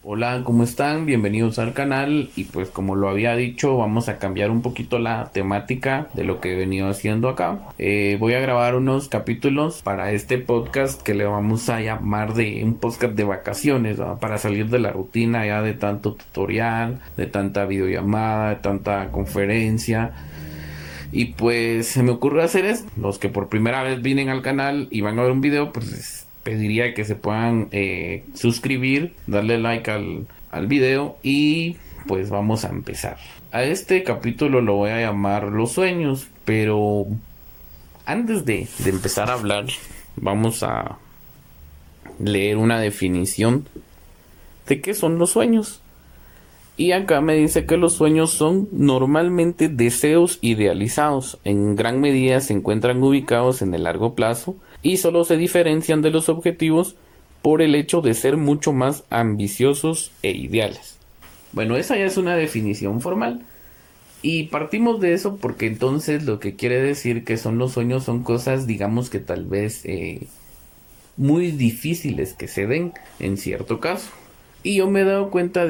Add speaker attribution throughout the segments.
Speaker 1: Hola, ¿cómo están? Bienvenidos al canal y pues como lo había dicho vamos a cambiar un poquito la temática de lo que he venido haciendo acá. Voy a grabar unos capítulos para este podcast que le vamos a llamar de un podcast de vacaciones, ¿va? Para salir de la rutina ya de tanto tutorial, de tanta videollamada, de tanta conferencia. Y pues se me ocurre hacer esto. Los que por primera vez vienen al canal y van a ver un video, pues les pediría que se puedan suscribir, darle like al video y pues vamos a empezar. A este capítulo lo voy a llamar Los sueños, pero antes de empezar a hablar, vamos a leer una definición de qué son los sueños. Y acá me dice que los sueños son normalmente deseos idealizados. En gran medida se encuentran ubicados en el largo plazo y solo se diferencian de los objetivos por el hecho de ser mucho más ambiciosos e ideales. Bueno, esa ya es una definición formal. Y partimos de eso porque entonces lo que quiere decir que son los sueños son cosas, digamos que tal vez muy difíciles que se den en cierto caso. Y yo me he dado cuenta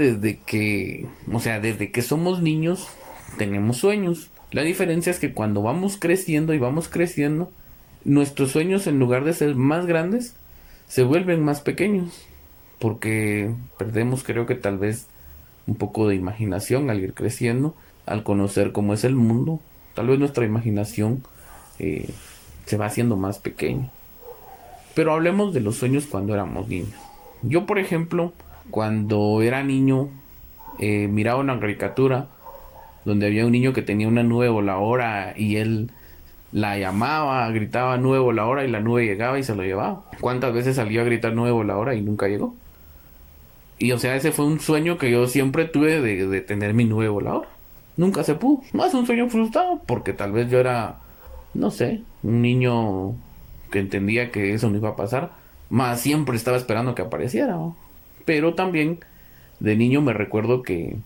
Speaker 1: desde que somos niños, tenemos sueños. La diferencia es que cuando vamos creciendo y vamos creciendo, nuestros sueños en lugar de ser más grandes, se vuelven más pequeños. Porque perdemos, creo que tal vez, un poco de imaginación al ir creciendo, al conocer cómo es el mundo. Tal vez nuestra imaginación eh, se va haciendo más pequeña. Pero hablemos de los sueños cuando éramos niños. Yo, por ejemplo, cuando era niño, miraba una caricatura donde había un niño que tenía una nube voladora y él la llamaba, gritaba nube voladora y la nube llegaba y se lo llevaba. ¿Cuántas veces salió a gritar nube voladora y nunca llegó? Y o sea, ese fue un sueño que yo siempre tuve de tener mi nube voladora. Nunca se pudo. No es un sueño frustrado porque tal vez yo era, no sé, un niño que entendía que eso no iba a pasar. Más siempre estaba esperando que apareciera, ¿no? Pero también de niño me recuerdo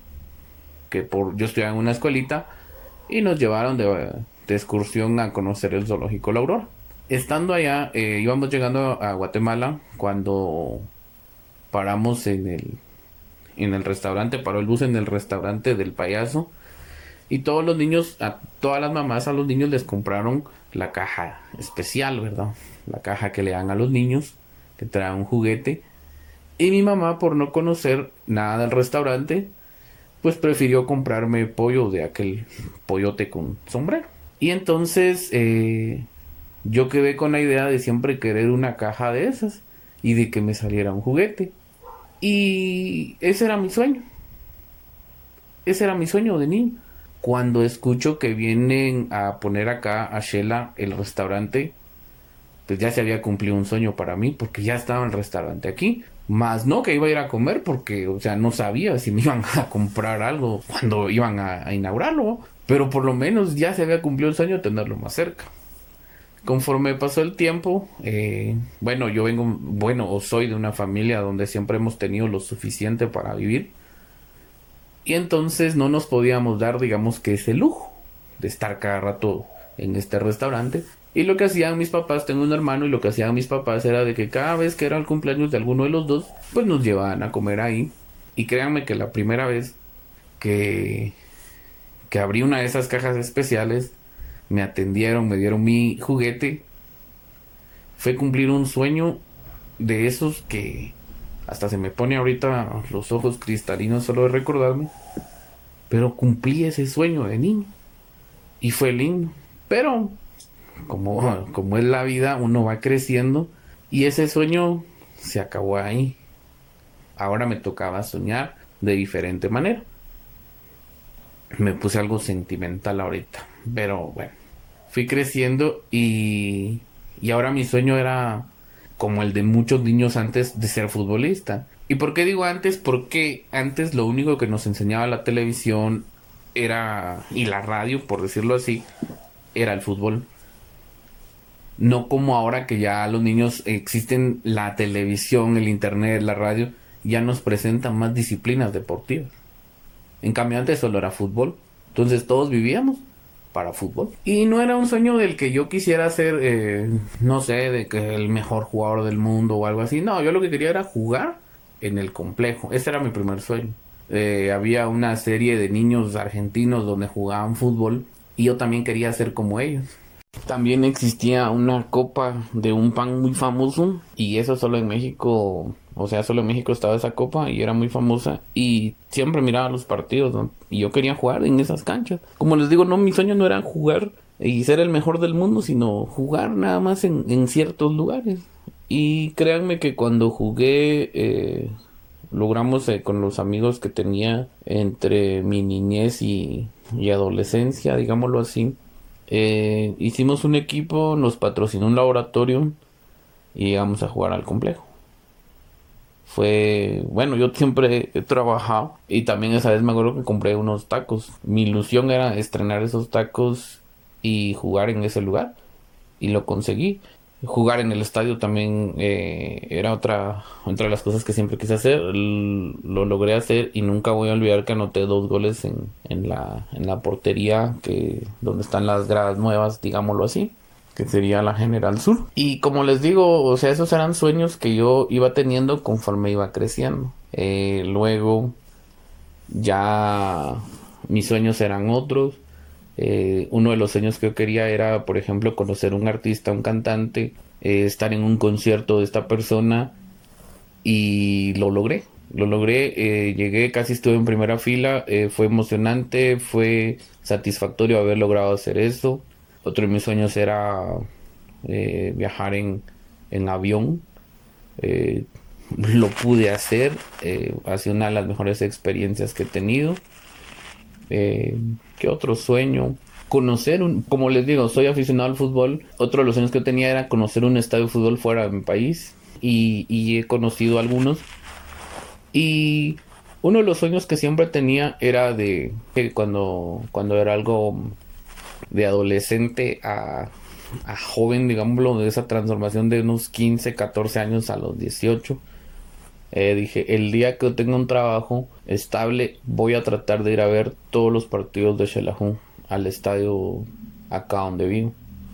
Speaker 1: que yo estudiaba en una escuelita y nos llevaron de excursión a conocer el zoológico La Aurora. Estando allá, íbamos llegando a Guatemala cuando paramos en el restaurante, paró el bus en el restaurante del payaso y todos los niños, a todas las mamás, a los niños les compraron la caja especial, ¿verdad? La caja que le dan a los niños, que trae un juguete. Y mi mamá, por no conocer nada del restaurante, pues prefirió comprarme pollo de aquel pollote con sombrero. Y entonces yo quedé con la idea de siempre querer una caja de esas y de que me saliera un juguete. Y ese era mi sueño. Ese era mi sueño de niño. Cuando escucho que vienen a poner acá a Shela el restaurante, pues ya se había cumplido un sueño para mí, porque ya estaba el restaurante aquí. Más no que iba a ir a comer, porque, o sea, no sabía si me iban a comprar algo cuando iban a inaugurarlo. Pero por lo menos ya se había cumplido el sueño de tenerlo más cerca. Conforme pasó el tiempo, bueno, o soy de una familia donde siempre hemos tenido lo suficiente para vivir. Y entonces no nos podíamos dar, digamos que ese lujo de estar cada rato en este restaurante. Y lo que hacían mis papás, tengo un hermano, y lo que hacían mis papás era de que cada vez que era el cumpleaños de alguno de los dos, pues nos llevaban a comer ahí. Y créanme que la primera vez que, que abrí una de esas cajas especiales, me atendieron, me dieron mi juguete, fue cumplir un sueño de esos que hasta se me pone ahorita los ojos cristalinos solo de recordarme. Pero cumplí ese sueño de niño y fue lindo. Pero como es la vida, uno va creciendo y ese sueño se acabó ahí. Ahora me tocaba soñar de diferente manera. Me puse algo sentimental ahorita, pero bueno, fui creciendo y ahora mi sueño era como el de muchos niños antes de ser futbolista. ¿Y por qué digo antes? Porque antes lo único que nos enseñaba la televisión era, y la radio, por decirlo así, era el fútbol. No como ahora que ya los niños existen la televisión, el internet, la radio, ya nos presentan más disciplinas deportivas. En cambio antes solo era fútbol. Entonces todos vivíamos para fútbol. Y no era un sueño del que yo quisiera ser, no sé, de que el mejor jugador del mundo o algo así. No, yo lo que quería era jugar en el complejo. Ese era mi primer sueño. Había una serie de niños argentinos donde jugaban fútbol y yo también quería ser como ellos. También existía una copa de un pan muy famoso y eso solo en México, o sea, solo en México estaba esa copa y era muy famosa y siempre miraba los partidos, ¿no? Y yo quería jugar en esas canchas. Como les digo, no, mi sueño no era jugar y ser el mejor del mundo, sino jugar nada más en ciertos lugares. Y créanme que cuando jugué, logramos con los amigos que tenía entre mi niñez y adolescencia, digámoslo así, hicimos un equipo, nos patrocinó un laboratorio y llegamos a jugar al complejo. Fue, bueno, yo siempre he trabajado y también esa vez me acuerdo que compré unos tacos. Mi ilusión era estrenar esos tacos y jugar en ese lugar y lo conseguí. Jugar en el estadio también era otra de las cosas que siempre quise hacer. Lo logré hacer y nunca voy a olvidar que anoté 2 goles en la portería donde están las gradas nuevas, digámoslo así, que sería la General Sur. Y como les digo, o sea, esos eran sueños que yo iba teniendo conforme iba creciendo. Luego ya mis sueños eran otros. Uno de los sueños que yo quería era, por ejemplo, conocer un artista, un cantante, estar en un concierto de esta persona y lo logré. Lo logré, llegué, casi estuve en primera fila, fue emocionante, fue satisfactorio haber logrado hacer eso. Otro de mis sueños era viajar en avión. Eh, lo pude hacer, ha sido una de las mejores experiencias que he tenido. ¿Qué otro sueño? Conocer como les digo, soy aficionado al fútbol. Otro de los sueños que tenía era conocer un estadio de fútbol fuera de mi país. Y he conocido algunos. Y uno de los sueños que siempre tenía era de que cuando era algo de adolescente a joven, digámoslo, de esa transformación de unos 15 14 años a los 18. Dije, el día que tenga un trabajo estable, voy a tratar de ir a ver todos los partidos de Xelajú al estadio acá donde vivo.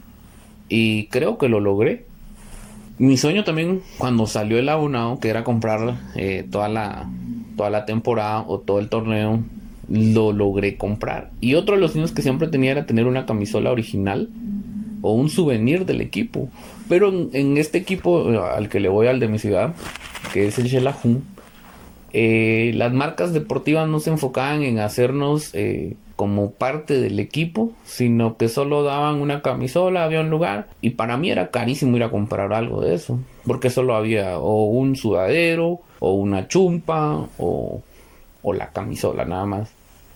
Speaker 1: Y creo que lo logré. Mi sueño también, cuando salió el abonado, que era comprar toda la temporada o todo el torneo, lo logré comprar. Y otro de los sueños que siempre tenía era tener una camisola original o un souvenir del equipo. Pero en este equipo al que le voy, al de mi ciudad, que es el Xelajú, las marcas deportivas no se enfocaban en hacernos como parte del equipo, sino que solo daban una camisola, había un lugar, y para mí era carísimo ir a comprar algo de eso, porque solo había o un sudadero, o una chumpa, o la camisola nada más.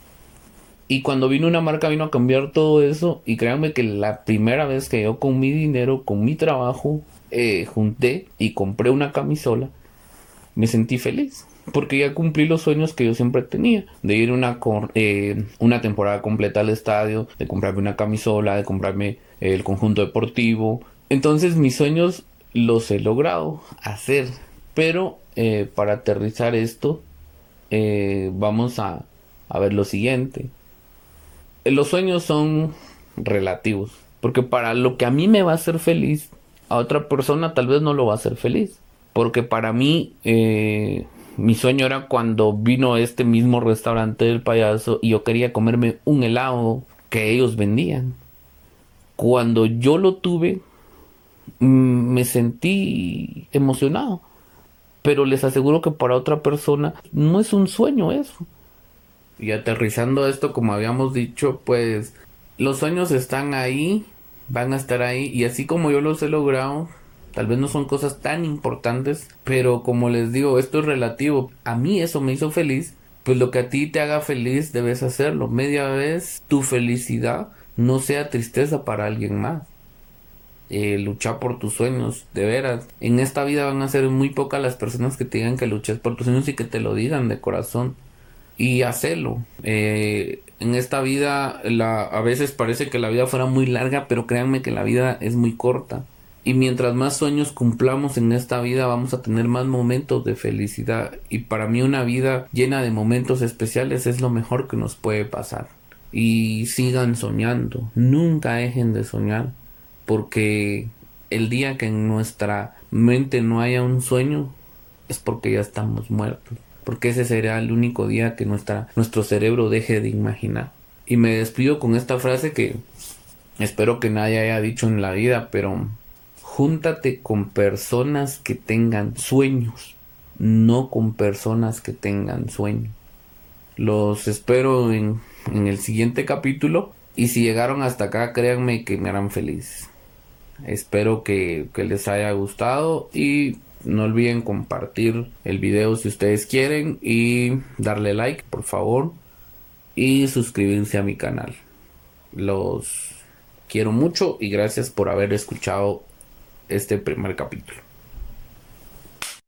Speaker 1: Y cuando vino una marca vino a cambiar todo eso, y créanme que la primera vez que yo con mi dinero, con mi trabajo, junté y compré una camisola, me sentí feliz. Porque ya cumplí los sueños que yo siempre tenía. De ir una temporada completa al estadio. De comprarme una camisola. De comprarme el conjunto deportivo. Entonces mis sueños los he logrado hacer. Pero para aterrizar esto. Vamos a ver lo siguiente. Los sueños son relativos. Porque para lo que a mí me va a hacer feliz, a otra persona tal vez no lo va a hacer feliz. Porque para mí, mi sueño era cuando vino este mismo restaurante del payaso y yo quería comerme un helado que ellos vendían. Cuando yo lo tuve, me sentí emocionado. Pero les aseguro que para otra persona no es un sueño eso. Y aterrizando esto, como habíamos dicho, pues los sueños están ahí, van a estar ahí. Y así como yo los he logrado, tal vez no son cosas tan importantes, pero como les digo, esto es relativo. A mí eso me hizo feliz, pues lo que a ti te haga feliz debes hacerlo. Media vez tu felicidad no sea tristeza para alguien más. Luchar por tus sueños, de veras. En esta vida van a ser muy pocas las personas que te digan que luches por tus sueños y que te lo digan de corazón. Y hacerlo. En esta vida a veces parece que la vida fuera muy larga, pero créanme que la vida es muy corta. Y mientras más sueños cumplamos en esta vida, vamos a tener más momentos de felicidad. Y para mí una vida llena de momentos especiales es lo mejor que nos puede pasar. Y sigan soñando, nunca dejen de soñar, porque el día que en nuestra mente no haya un sueño, es porque ya estamos muertos. Porque ese será el único día que nuestro cerebro deje de imaginar. Y me despido con esta frase que espero que nadie haya dicho en la vida, pero júntate con personas que tengan sueños, no con personas que tengan sueños. Los espero en el siguiente capítulo. Y si llegaron hasta acá, créanme que me harán feliz. Espero que les haya gustado. Y no olviden compartir el video si ustedes quieren. Y darle like, por favor. Y suscribirse a mi canal. Los quiero mucho y gracias por haber escuchado este primer capítulo.